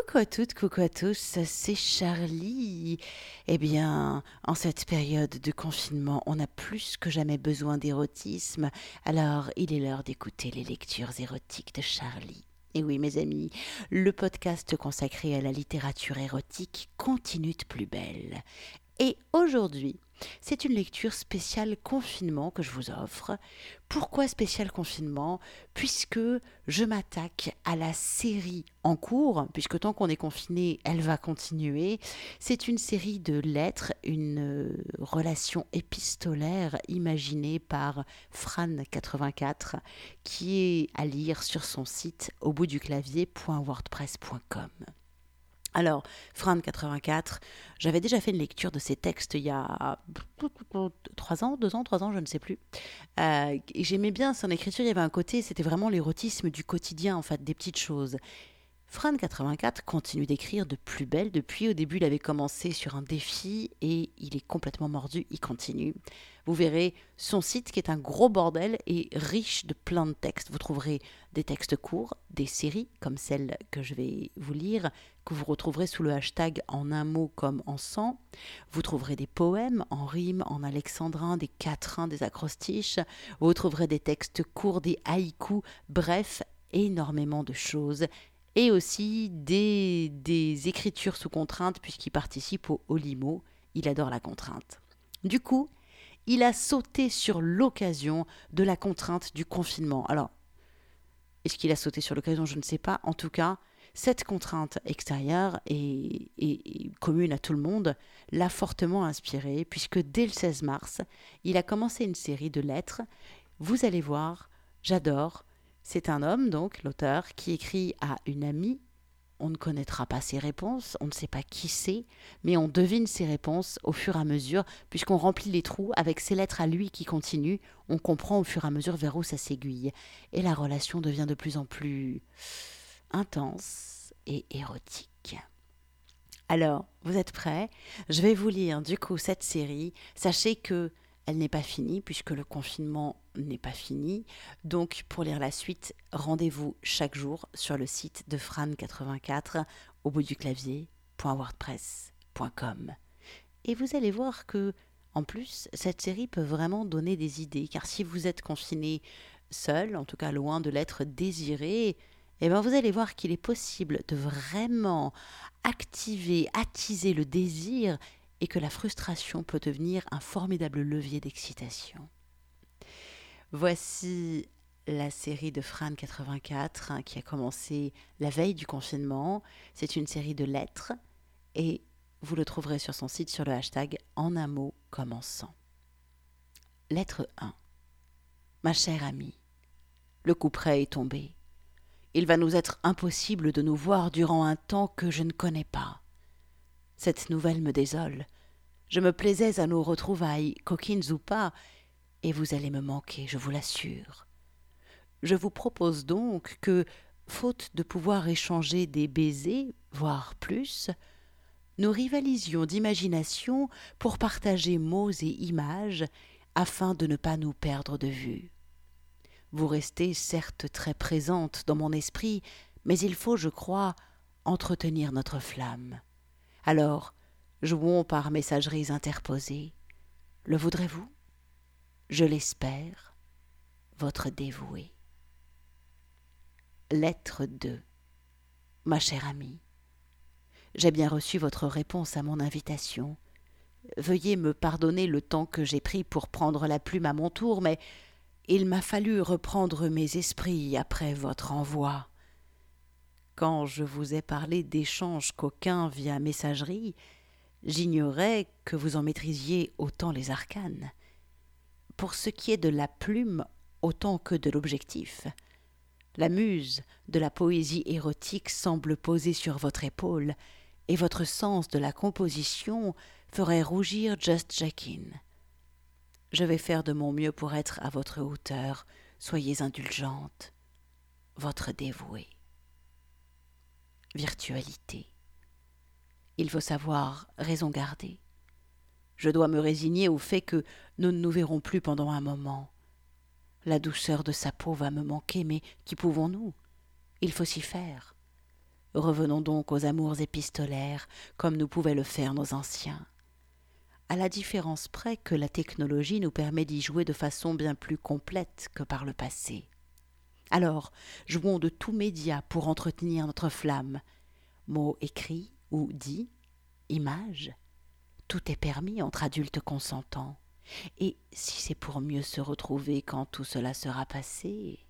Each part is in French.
Coucou à toutes, coucou à tous, c'est Charlie. Eh bien, en cette période de confinement, on a plus que jamais besoin d'érotisme, alors il est l'heure d'écouter les lectures érotiques de Charlie. Et oui, mes amis, le podcast consacré à la littérature érotique continue de plus belle. Et aujourd'hui, c'est une lecture spéciale confinement que je vous offre. Pourquoi spécial confinement? Puisque je m'attaque à la série en cours, puisque tant qu'on est confiné, elle va continuer. C'est une série de lettres, une relation épistolaire imaginée par Fran84, qui est à lire sur son site au bout du clavier.wordpress.com. Alors, Fran84, j'avais déjà fait une lecture de ses textes il y a 3 ans, 2 ans, 3 ans, je ne sais plus. Et j'aimais bien son écriture, il y avait un côté, c'était vraiment l'érotisme du quotidien, en fait, des petites choses. Fran84 continue d'écrire de plus belle depuis. Au début, il avait commencé sur un défi et il est complètement mordu, il continue. Vous verrez son site qui est un gros bordel et riche de plein de textes. Vous trouverez des textes courts, des séries comme celle que je vais vous lire, que vous retrouverez sous le hashtag en un mot comme en 100. Vous trouverez des poèmes en rime, en alexandrin, des quatrains, des acrostiches. Vous trouverez des textes courts, des haïkus, bref, énormément de choses et aussi des écritures sous contrainte puisqu'il participe au Olimo. Il adore la contrainte. Du coup, il a sauté sur l'occasion de la contrainte du confinement. Alors, est-ce qu'il a sauté sur l'occasion? Je ne sais pas. En tout cas, cette contrainte extérieure et commune à tout le monde l'a fortement inspiré puisque dès le 16 mars, il a commencé une série de lettres. Vous allez voir, j'adore. C'est un homme, donc, l'auteur, qui écrit à une amie. On ne connaîtra pas ses réponses, on ne sait pas qui c'est, mais on devine ses réponses au fur et à mesure, puisqu'on remplit les trous avec ses lettres à lui qui continuent, on comprend au fur et à mesure vers où ça s'aiguille. Et la relation devient de plus en plus intense et érotique. Alors, vous êtes prêts? Je vais vous lire du coup cette série. Sachez que elle n'est pas finie puisque le confinement n'est pas fini. Donc, pour lire la suite, rendez-vous chaque jour sur le site de Fran84 au bout du clavier.wordpress.com. Et vous allez voir que, en plus, cette série peut vraiment donner des idées. Car si vous êtes confiné seul, en tout cas loin de l'être désiré, eh bien vous allez voir qu'il est possible de vraiment activer, attiser le désir et que la frustration peut devenir un formidable levier d'excitation. Voici la série de Fran84 qui a commencé la veille du confinement. C'est une série de lettres et vous le trouverez sur son site sur le hashtag en un mot commençant. Lettre 1. Ma chère amie, le couperet est tombé. Il va nous être impossible de nous voir durant un temps que je ne connais pas. Cette nouvelle me désole. Je me plaisais à nos retrouvailles, coquines ou pas, et vous allez me manquer, je vous l'assure. Je vous propose donc que, faute de pouvoir échanger des baisers, voire plus, nous rivalisions d'imagination pour partager mots et images afin de ne pas nous perdre de vue. Vous restez certes très présente dans mon esprit, mais il faut, je crois, entretenir notre flamme. Alors, jouons par messageries interposées. Le voudrez-vous? Je l'espère, votre dévoué. Lettre 2. Ma chère amie, j'ai bien reçu votre réponse à mon invitation. Veuillez me pardonner le temps que j'ai pris pour prendre la plume à mon tour, mais il m'a fallu reprendre mes esprits après votre envoi. Quand je vous ai parlé d'échanges coquins via messagerie, j'ignorais que vous en maîtrisiez autant les arcanes. Pour ce qui est de la plume autant que de l'objectif, la muse de la poésie érotique semble poser sur votre épaule, et votre sens de la composition ferait rougir Just Jackin. Je vais faire de mon mieux pour être à votre hauteur. Soyez indulgente. Votre dévoué. Virtualité. Il faut savoir raison garder. Je dois me résigner au fait que nous ne nous verrons plus pendant un moment. La douceur de sa peau va me manquer, mais qu'y pouvons-nous? Il faut s'y faire. Revenons donc aux amours épistolaires, comme nous pouvaient le faire nos anciens, à la différence près que la technologie nous permet d'y jouer de façon bien plus complète que par le passé. Alors, jouons de tout média pour entretenir notre flamme. Mots écrits ou dits, images, tout est permis entre adultes consentants. Et si c'est pour mieux se retrouver quand tout cela sera passé...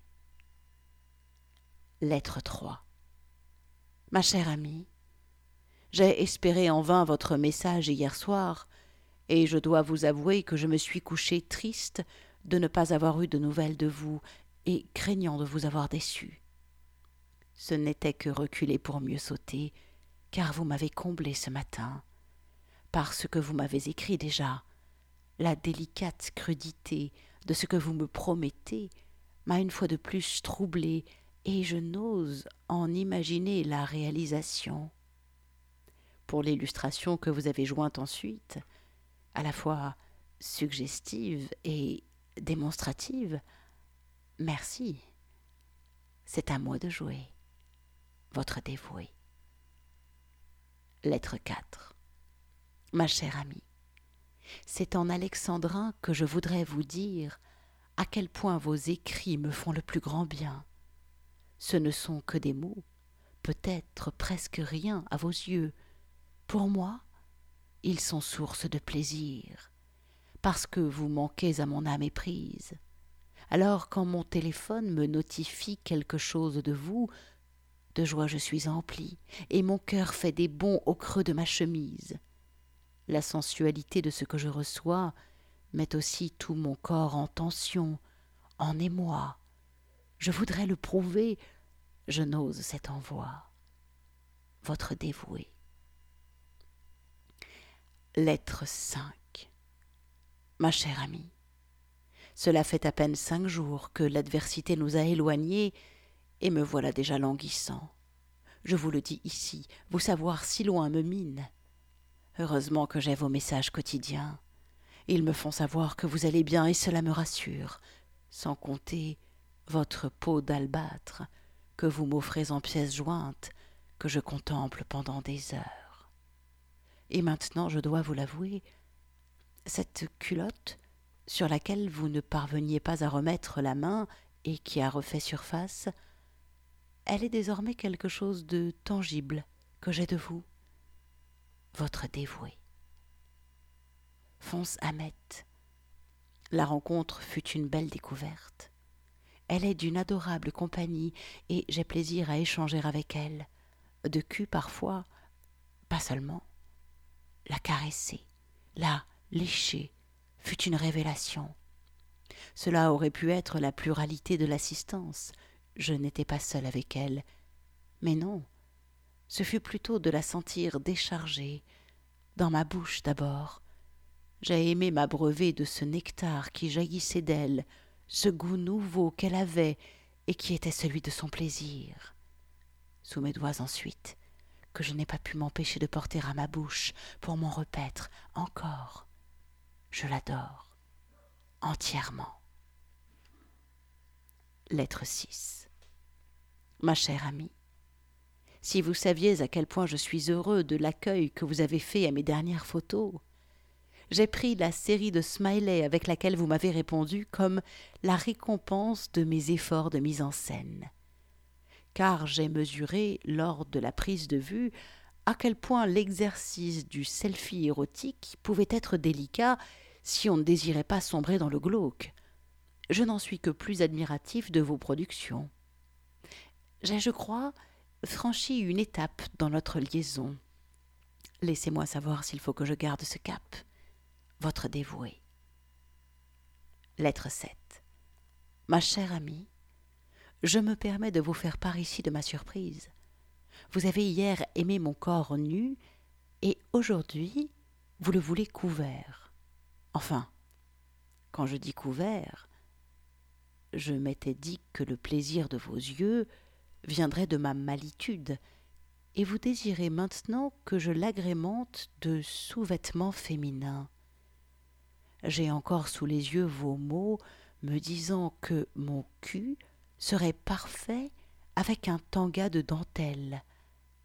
Lettre 3. Ma chère amie, j'ai espéré en vain votre message hier soir, et je dois vous avouer que je me suis couché triste de ne pas avoir eu de nouvelles de vous, et craignant de vous avoir déçu. Ce n'était que reculer pour mieux sauter, car vous m'avez comblé ce matin, par ce que vous m'avez écrit déjà. La délicate crudité de ce que vous me promettez m'a une fois de plus troublé, et je n'ose en imaginer la réalisation. Pour l'illustration que vous avez jointe ensuite, à la fois suggestive et démonstrative, merci. C'est à moi de jouer. Votre dévoué. Lettre 4. Ma chère amie, c'est en alexandrin que je voudrais vous dire à quel point vos écrits me font le plus grand bien. Ce ne sont que des mots, peut-être presque rien à vos yeux. Pour moi, ils sont source de plaisir, parce que vous manquez à mon âme éprise. Alors quand mon téléphone me notifie quelque chose de vous, de joie je suis emplie, et mon cœur fait des bonds au creux de ma chemise. La sensualité de ce que je reçois met aussi tout mon corps en tension, en émoi. Je voudrais le prouver, je n'ose cet envoi. Votre dévoué. Lettre 5. Ma chère amie, cela fait à peine 5 jours que l'adversité nous a éloignés, et me voilà déjà languissant. Je vous le dis ici, vous savoir si loin me mine. Heureusement que j'ai vos messages quotidiens. Ils me font savoir que vous allez bien, et cela me rassure, sans compter votre peau d'albâtre que vous m'offrez en pièces jointes, que je contemple pendant des heures. Et maintenant, je dois vous l'avouer, cette culotte, sur laquelle vous ne parveniez pas à remettre la main et qui a refait surface, elle est désormais quelque chose de tangible que j'ai de vous. Votre dévoué. Fonce Ahmet. La rencontre fut une belle découverte. Elle est d'une adorable compagnie, et j'ai plaisir à échanger avec elle. De cul parfois, pas seulement. La caresser, la lécher, fut une révélation. Cela aurait pu être la pluralité de l'assistance. Je n'étais pas seule avec elle. Mais non, ce fut plutôt de la sentir déchargée, dans ma bouche d'abord. J'ai aimé m'abreuver de ce nectar qui jaillissait d'elle, ce goût nouveau qu'elle avait et qui était celui de son plaisir. Sous mes doigts ensuite, que je n'ai pas pu m'empêcher de porter à ma bouche pour m'en repaître encore. Je l'adore, entièrement. Lettre 6. Ma chère amie, si vous saviez à quel point je suis heureux de l'accueil que vous avez fait à mes dernières photos, j'ai pris la série de smileys avec laquelle vous m'avez répondu comme la récompense de mes efforts de mise en scène. Car j'ai mesuré, lors de la prise de vue, à quel point l'exercice du selfie érotique pouvait être délicat si on ne désirait pas sombrer dans le glauque. Je n'en suis que plus admiratif de vos productions. J'ai, je crois, franchi une étape dans notre liaison. Laissez-moi savoir s'il faut que je garde ce cap. Votre dévoué. Lettre 7. Ma chère amie, je me permets de vous faire part ici de ma surprise. Vous avez hier aimé mon corps nu, et aujourd'hui, vous le voulez couvert. Enfin, quand je dis couvert, je m'étais dit que le plaisir de vos yeux viendrait de ma malitude, et vous désirez maintenant que je l'agrémente de sous-vêtements féminins. J'ai encore sous les yeux vos mots me disant que mon cul serait parfait avec un tanga de dentelle,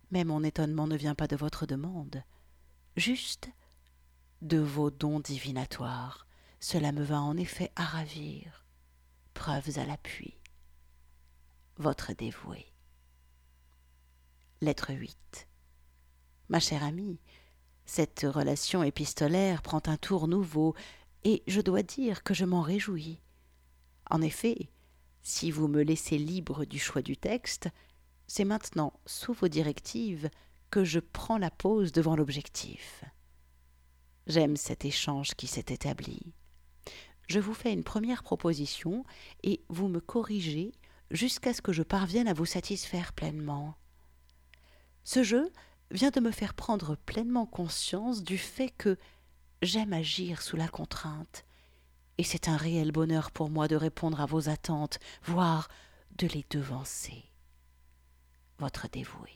Mais mon étonnement ne vient pas de votre demande, juste de vos dons divinatoires. Cela me va en effet à ravir. Preuves à l'appui. Votre dévoué. Lettre 8. Ma chère amie, cette relation épistolaire prend un tour nouveau, et je dois dire que je m'en réjouis. En effet, si vous me laissez libre du choix du texte, c'est maintenant, sous vos directives, que je prends la pose devant l'objectif. J'aime cet échange qui s'est établi. Je vous fais une première proposition, et vous me corrigez jusqu'à ce que je parvienne à vous satisfaire pleinement. Ce jeu vient de me faire prendre pleinement conscience du fait que j'aime agir sous la contrainte, et c'est un réel bonheur pour moi de répondre à vos attentes, voire de les devancer. Votre dévoué.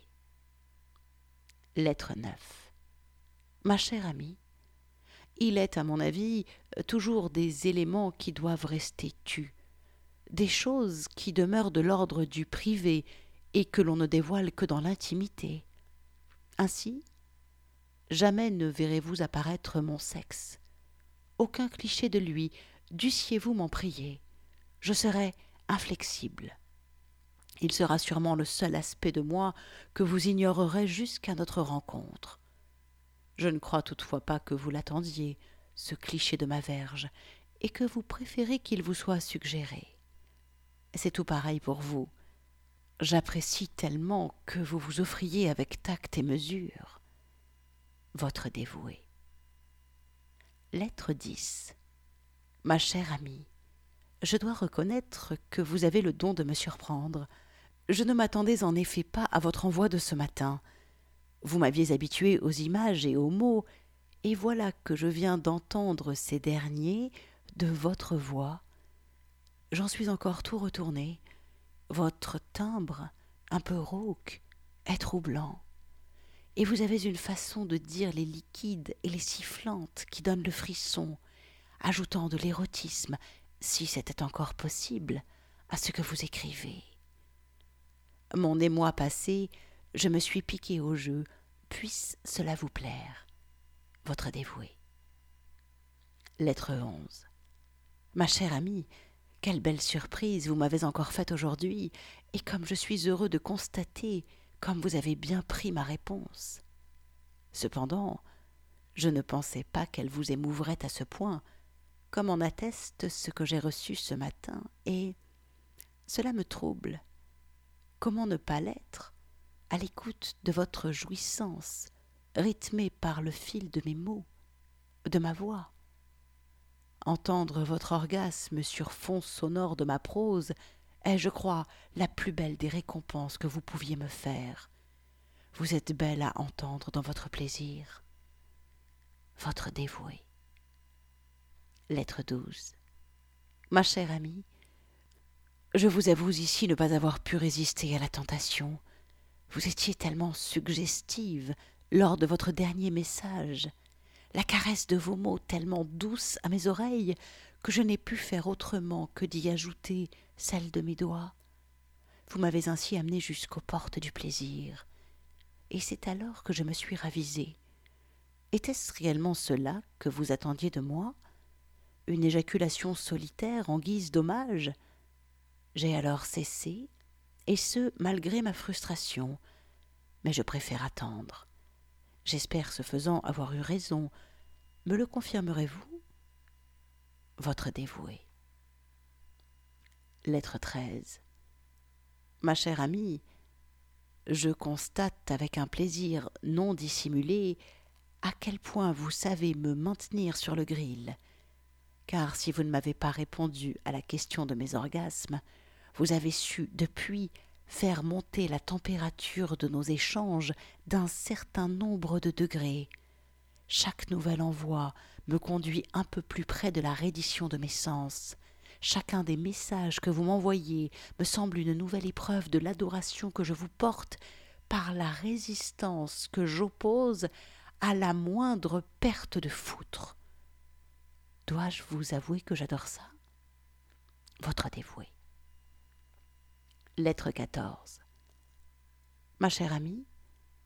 Lettre 9. Ma chère amie, il est, à mon avis, toujours des éléments qui doivent rester tus, des choses qui demeurent de l'ordre du privé et que l'on ne dévoile que dans l'intimité. Ainsi, jamais ne verrez-vous apparaître mon sexe. Aucun cliché de lui, dussiez-vous m'en prier. Je serai inflexible. Il sera sûrement le seul aspect de moi que vous ignorerez jusqu'à notre rencontre. Je ne crois toutefois pas que vous l'attendiez, ce cliché de ma verge, et que vous préférez qu'il vous soit suggéré. C'est tout pareil pour vous. J'apprécie tellement que vous vous offriez avec tact et mesure. Votre dévoué. Lettre 10. Ma chère amie, je dois reconnaître que vous avez le don de me surprendre. Je ne m'attendais en effet pas à votre envoi de ce matin. Vous m'aviez habitué aux images et aux mots, et voilà que je viens d'entendre ces derniers de votre voix. J'en suis encore tout retourné. Votre timbre, un peu rauque, est troublant. Et vous avez une façon de dire les liquides et les sifflantes qui donnent le frisson, ajoutant de l'érotisme, si c'était encore possible, à ce que vous écrivez. Mon émoi passé, je me suis piqué au jeu, puisse cela vous plaire. Votre dévoué. Lettre 11. Ma chère amie, quelle belle surprise vous m'avez encore faite aujourd'hui, et comme je suis heureux de constater comme vous avez bien pris ma réponse. Cependant, je ne pensais pas qu'elle vous émouvrait à ce point, comme en atteste ce que j'ai reçu ce matin, et cela me trouble. Comment ne pas l'être, à l'écoute de votre jouissance, rythmée par le fil de mes mots, de ma voix? Entendre votre orgasme sur fond sonore de ma prose est, je crois, la plus belle des récompenses que vous pouviez me faire. Vous êtes belle à entendre dans votre plaisir. Votre dévoué. Lettre 12. Ma chère amie, je vous avoue ici ne pas avoir pu résister à la tentation. Vous étiez tellement suggestive lors de votre dernier message, la caresse de vos mots tellement douce à mes oreilles que je n'ai pu faire autrement que d'y ajouter celle de mes doigts. Vous m'avez ainsi amené jusqu'aux portes du plaisir, et c'est alors que je me suis ravisée. Était-ce réellement cela que vous attendiez de moi? Une éjaculation solitaire en guise d'hommage? J'ai alors cessé, et ce, malgré ma frustration, mais je préfère attendre. J'espère, ce faisant, avoir eu raison. Me le confirmerez-vous? Votre dévoué. Lettre 13. Ma chère amie, je constate avec un plaisir non dissimulé à quel point vous savez me maintenir sur le grill, car si vous ne m'avez pas répondu à la question de mes orgasmes, vous avez su, depuis, faire monter la température de nos échanges d'un certain nombre de degrés. Chaque nouvel envoi me conduit un peu plus près de la reddition de mes sens. Chacun des messages que vous m'envoyez me semble une nouvelle épreuve de l'adoration que je vous porte par la résistance que j'oppose à la moindre perte de foutre. Dois-je vous avouer que j'adore ça? Votre dévoué. Lettre 14. Ma chère amie,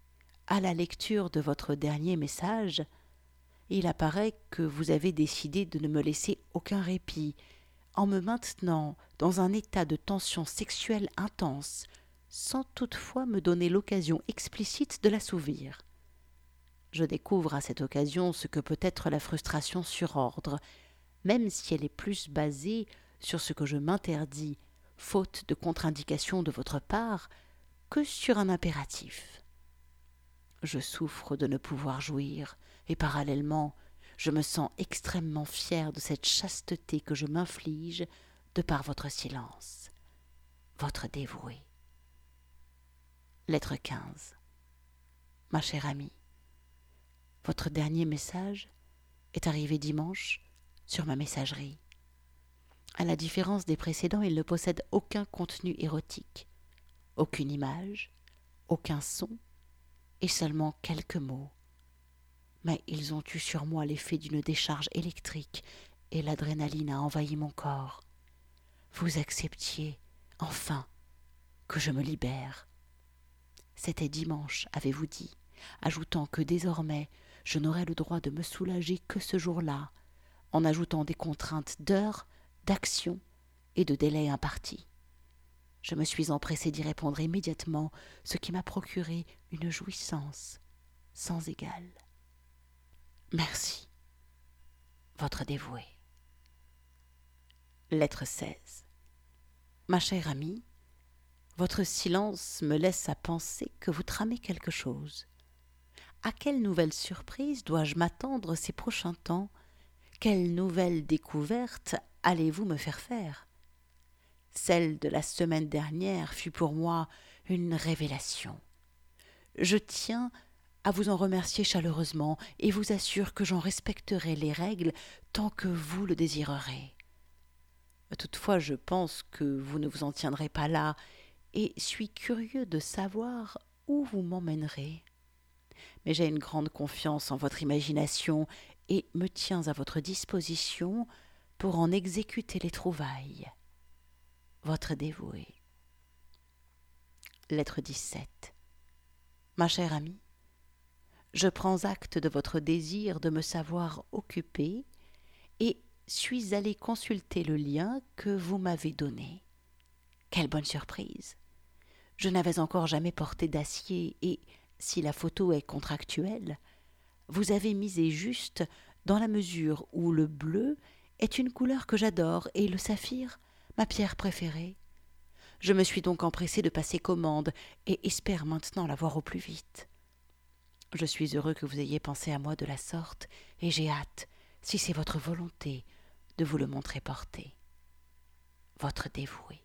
à la lecture de votre dernier message, il apparaît que vous avez décidé de ne me laisser aucun répit, en me maintenant dans un état de tension sexuelle intense, sans toutefois me donner l'occasion explicite de l'assouvir. Je découvre à cette occasion ce que peut être la frustration sur ordre, même si elle est plus basée sur ce que je m'interdis, faute de contre-indication de votre part, que sur un impératif. Je souffre de ne pouvoir jouir, et parallèlement, je me sens extrêmement fier de cette chasteté que je m'inflige de par votre silence. Votre dévoué. Lettre 15. Ma chère amie, votre dernier message est arrivé dimanche sur ma messagerie. À la différence des précédents, il ne possède aucun contenu érotique, aucune image, aucun son, et seulement quelques mots. Mais ils ont eu sur moi l'effet d'une décharge électrique, et l'adrénaline a envahi mon corps. Vous acceptiez, enfin, que je me libère. C'était dimanche, avez-vous dit, ajoutant que désormais je n'aurais le droit de me soulager que ce jour-là, en ajoutant des contraintes d'heures, d'action et de délai impartis. Je me suis empressée d'y répondre immédiatement, ce qui m'a procuré une jouissance sans égale. Merci, votre dévoué. Lettre 16. Ma chère amie, votre silence me laisse à penser que vous tramez quelque chose. À quelle nouvelle surprise dois-je m'attendre ces prochains temps? Quelle nouvelle découverte allez-vous me faire faire? Celle de la semaine dernière fut pour moi une révélation. Je tiens à vous en remercier chaleureusement et vous assure que j'en respecterai les règles tant que vous le désirerez. Toutefois, je pense que vous ne vous en tiendrez pas là et suis curieux de savoir où vous m'emmènerez. Mais j'ai une grande confiance en votre imagination et me tiens à votre disposition pour en exécuter les trouvailles. Votre dévoué. Lettre 17. Ma chère amie, je prends acte de votre désir de me savoir occupée et suis allée consulter le lien que vous m'avez donné. Quelle bonne surprise! Je n'avais encore jamais porté d'acier et, si la photo est contractuelle, vous avez misé juste dans la mesure où le bleu est une couleur que j'adore et le saphir ma pierre préférée. Je me suis donc empressée de passer commande et espère maintenant l'avoir au plus vite. Je suis heureux que vous ayez pensé à moi de la sorte et j'ai hâte, si c'est votre volonté, de vous le montrer porté. Votre dévoué.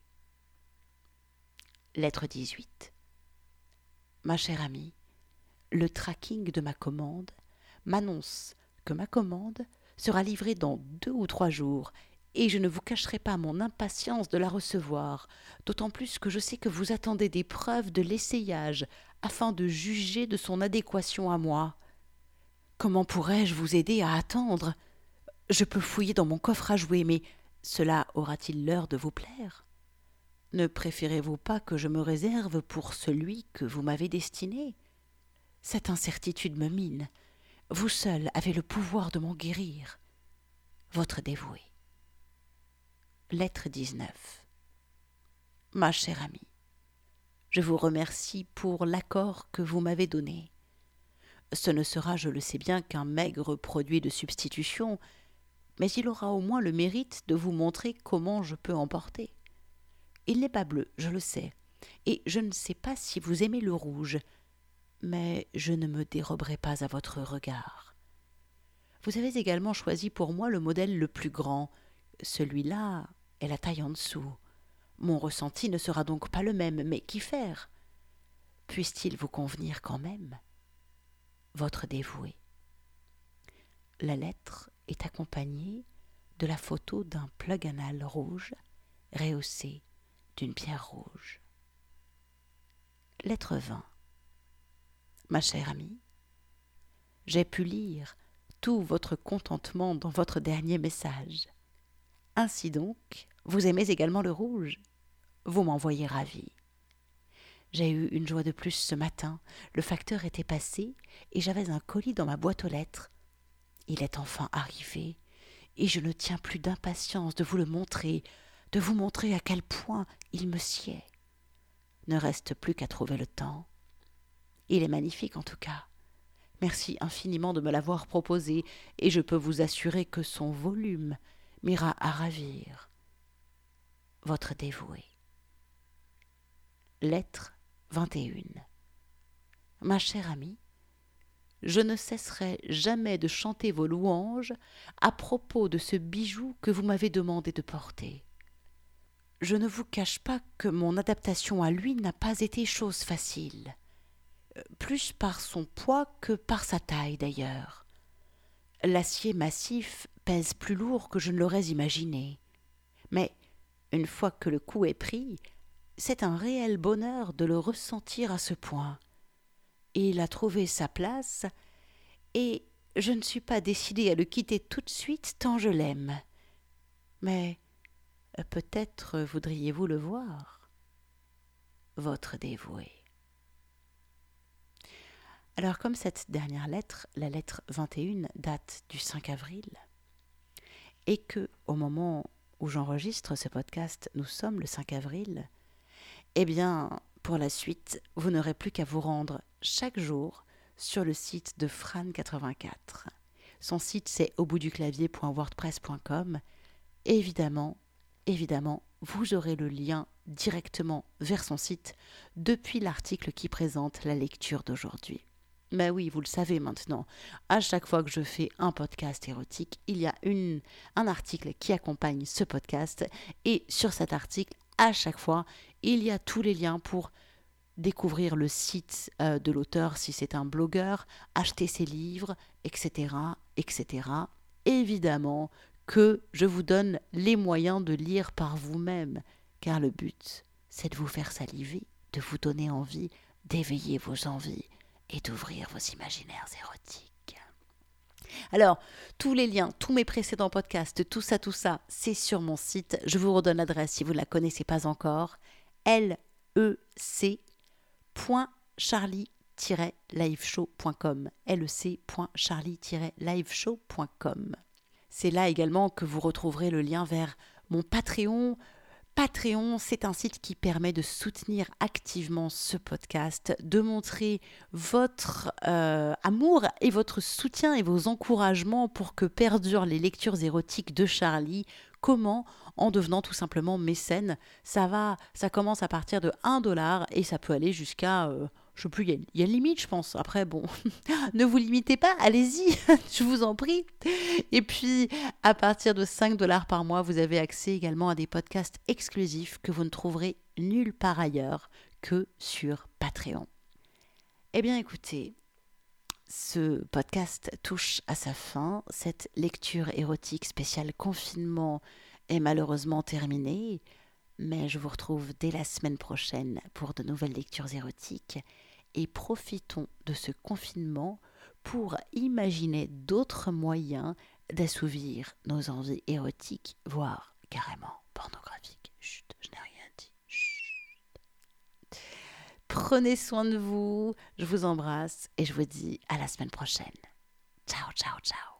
Lettre 18. Ma chère amie, le tracking de ma commande m'annonce que ma commande sera livrée dans 2 ou 3 jours, et je ne vous cacherai pas mon impatience de la recevoir, d'autant plus que je sais que vous attendez des preuves de l'essayage afin de juger de son adéquation à moi. Comment pourrais-je vous aider à attendre? Je peux fouiller dans mon coffre à jouets, mais cela aura-t-il l'heure de vous plaire? Ne préférez-vous pas que je me réserve pour celui que vous m'avez destiné? Cette incertitude me mine. Vous seul avez le pouvoir de m'en guérir. Votre dévoué. Lettre 19. Ma chère amie, je vous remercie pour l'accord que vous m'avez donné. Ce ne sera, je le sais bien, qu'un maigre produit de substitution, mais il aura au moins le mérite de vous montrer comment je peux en porter. Il n'est pas bleu, je le sais, et je ne sais pas si vous aimez le rouge, mais je ne me déroberai pas à votre regard. Vous avez également choisi pour moi le modèle le plus grand. Celui-là est la taille en dessous. Mon ressenti ne sera donc pas le même, mais qu'y faire? Puisse-t-il vous convenir quand même? Votre dévoué. La lettre est accompagnée de la photo d'un plug anal rouge rehaussé d'une pierre rouge. Lettre 20. Ma chère amie, j'ai pu lire tout votre contentement dans votre dernier message. Ainsi donc, vous aimez également le rouge. Vous m'en voyez ravie. J'ai eu une joie de plus ce matin. Le facteur était passé et j'avais un colis dans ma boîte aux lettres. Il est enfin arrivé et je ne tiens plus d'impatience de vous le montrer, de vous montrer à quel point il me sied. Ne reste plus qu'à trouver le temps. Il est magnifique en tout cas. Merci infiniment de me l'avoir proposé et je peux vous assurer que son volume m'ira à ravir. Votre dévoué. Lettre 21. Ma chère amie, je ne cesserai jamais de chanter vos louanges à propos de ce bijou que vous m'avez demandé de porter. Je ne vous cache pas que mon adaptation à lui n'a pas été chose facile, plus par son poids que par sa taille d'ailleurs. L'acier massif pèse plus lourd que je ne l'aurais imaginé. Mais, une fois que le coup est pris, c'est un réel bonheur de le ressentir à ce point. Il a trouvé sa place, et je ne suis pas décidée à le quitter tout de suite tant je l'aime. Mais peut-être voudriez-vous le voir. Votre dévoué. Alors comme cette dernière lettre, la lettre 21, date du 5 avril, et que, au moment où j'enregistre ce podcast, nous sommes le 5 avril, eh bien, pour la suite, vous n'aurez plus qu'à vous rendre chaque jour sur le site de Fran84. Son site, c'est auboutduclavier.wordpress.com. Et évidemment, vous aurez le lien directement vers son site depuis l'article qui présente la lecture d'aujourd'hui. Mais oui, vous le savez maintenant, à chaque fois que je fais un podcast érotique, il y a un article qui accompagne ce podcast. Et sur cet article, à chaque fois, il y a tous les liens pour découvrir le site de l'auteur si c'est un blogueur, acheter ses livres, etc., etc. Évidemment que je vous donne les moyens de lire par vous-même, car le but, c'est de vous faire saliver, de vous donner envie, d'éveiller vos envies et d'ouvrir vos imaginaires érotiques. Alors, tous les liens, tous mes précédents podcasts, tout ça, c'est sur mon site. Je vous redonne l'adresse si vous ne la connaissez pas encore. lec.charlie-liveshow.com lec.charlie-liveshow.com. C'est là également que vous retrouverez le lien vers mon Patreon. Patreon, c'est un site qui permet de soutenir activement ce podcast, de montrer votre amour et votre soutien et vos encouragements pour que perdurent les lectures érotiques de Charlie. Comment? En devenant tout simplement mécène. Ça commence à partir de 1$ et ça peut aller jusqu'à... je sais plus, il y a une limite, je pense. Après, bon, ne vous limitez pas, allez-y, je vous en prie. Et puis, à partir de 5$ par mois, vous avez accès également à des podcasts exclusifs que vous ne trouverez nulle part ailleurs que sur Patreon. Eh bien, écoutez, ce podcast touche à sa fin. Cette lecture érotique spéciale confinement est malheureusement terminée. Mais je vous retrouve dès la semaine prochaine pour de nouvelles lectures érotiques et profitons de ce confinement pour imaginer d'autres moyens d'assouvir nos envies érotiques, voire carrément pornographiques. Chut, je n'ai rien dit. Chut. Prenez soin de vous, je vous embrasse et je vous dis à la semaine prochaine. Ciao, ciao, ciao.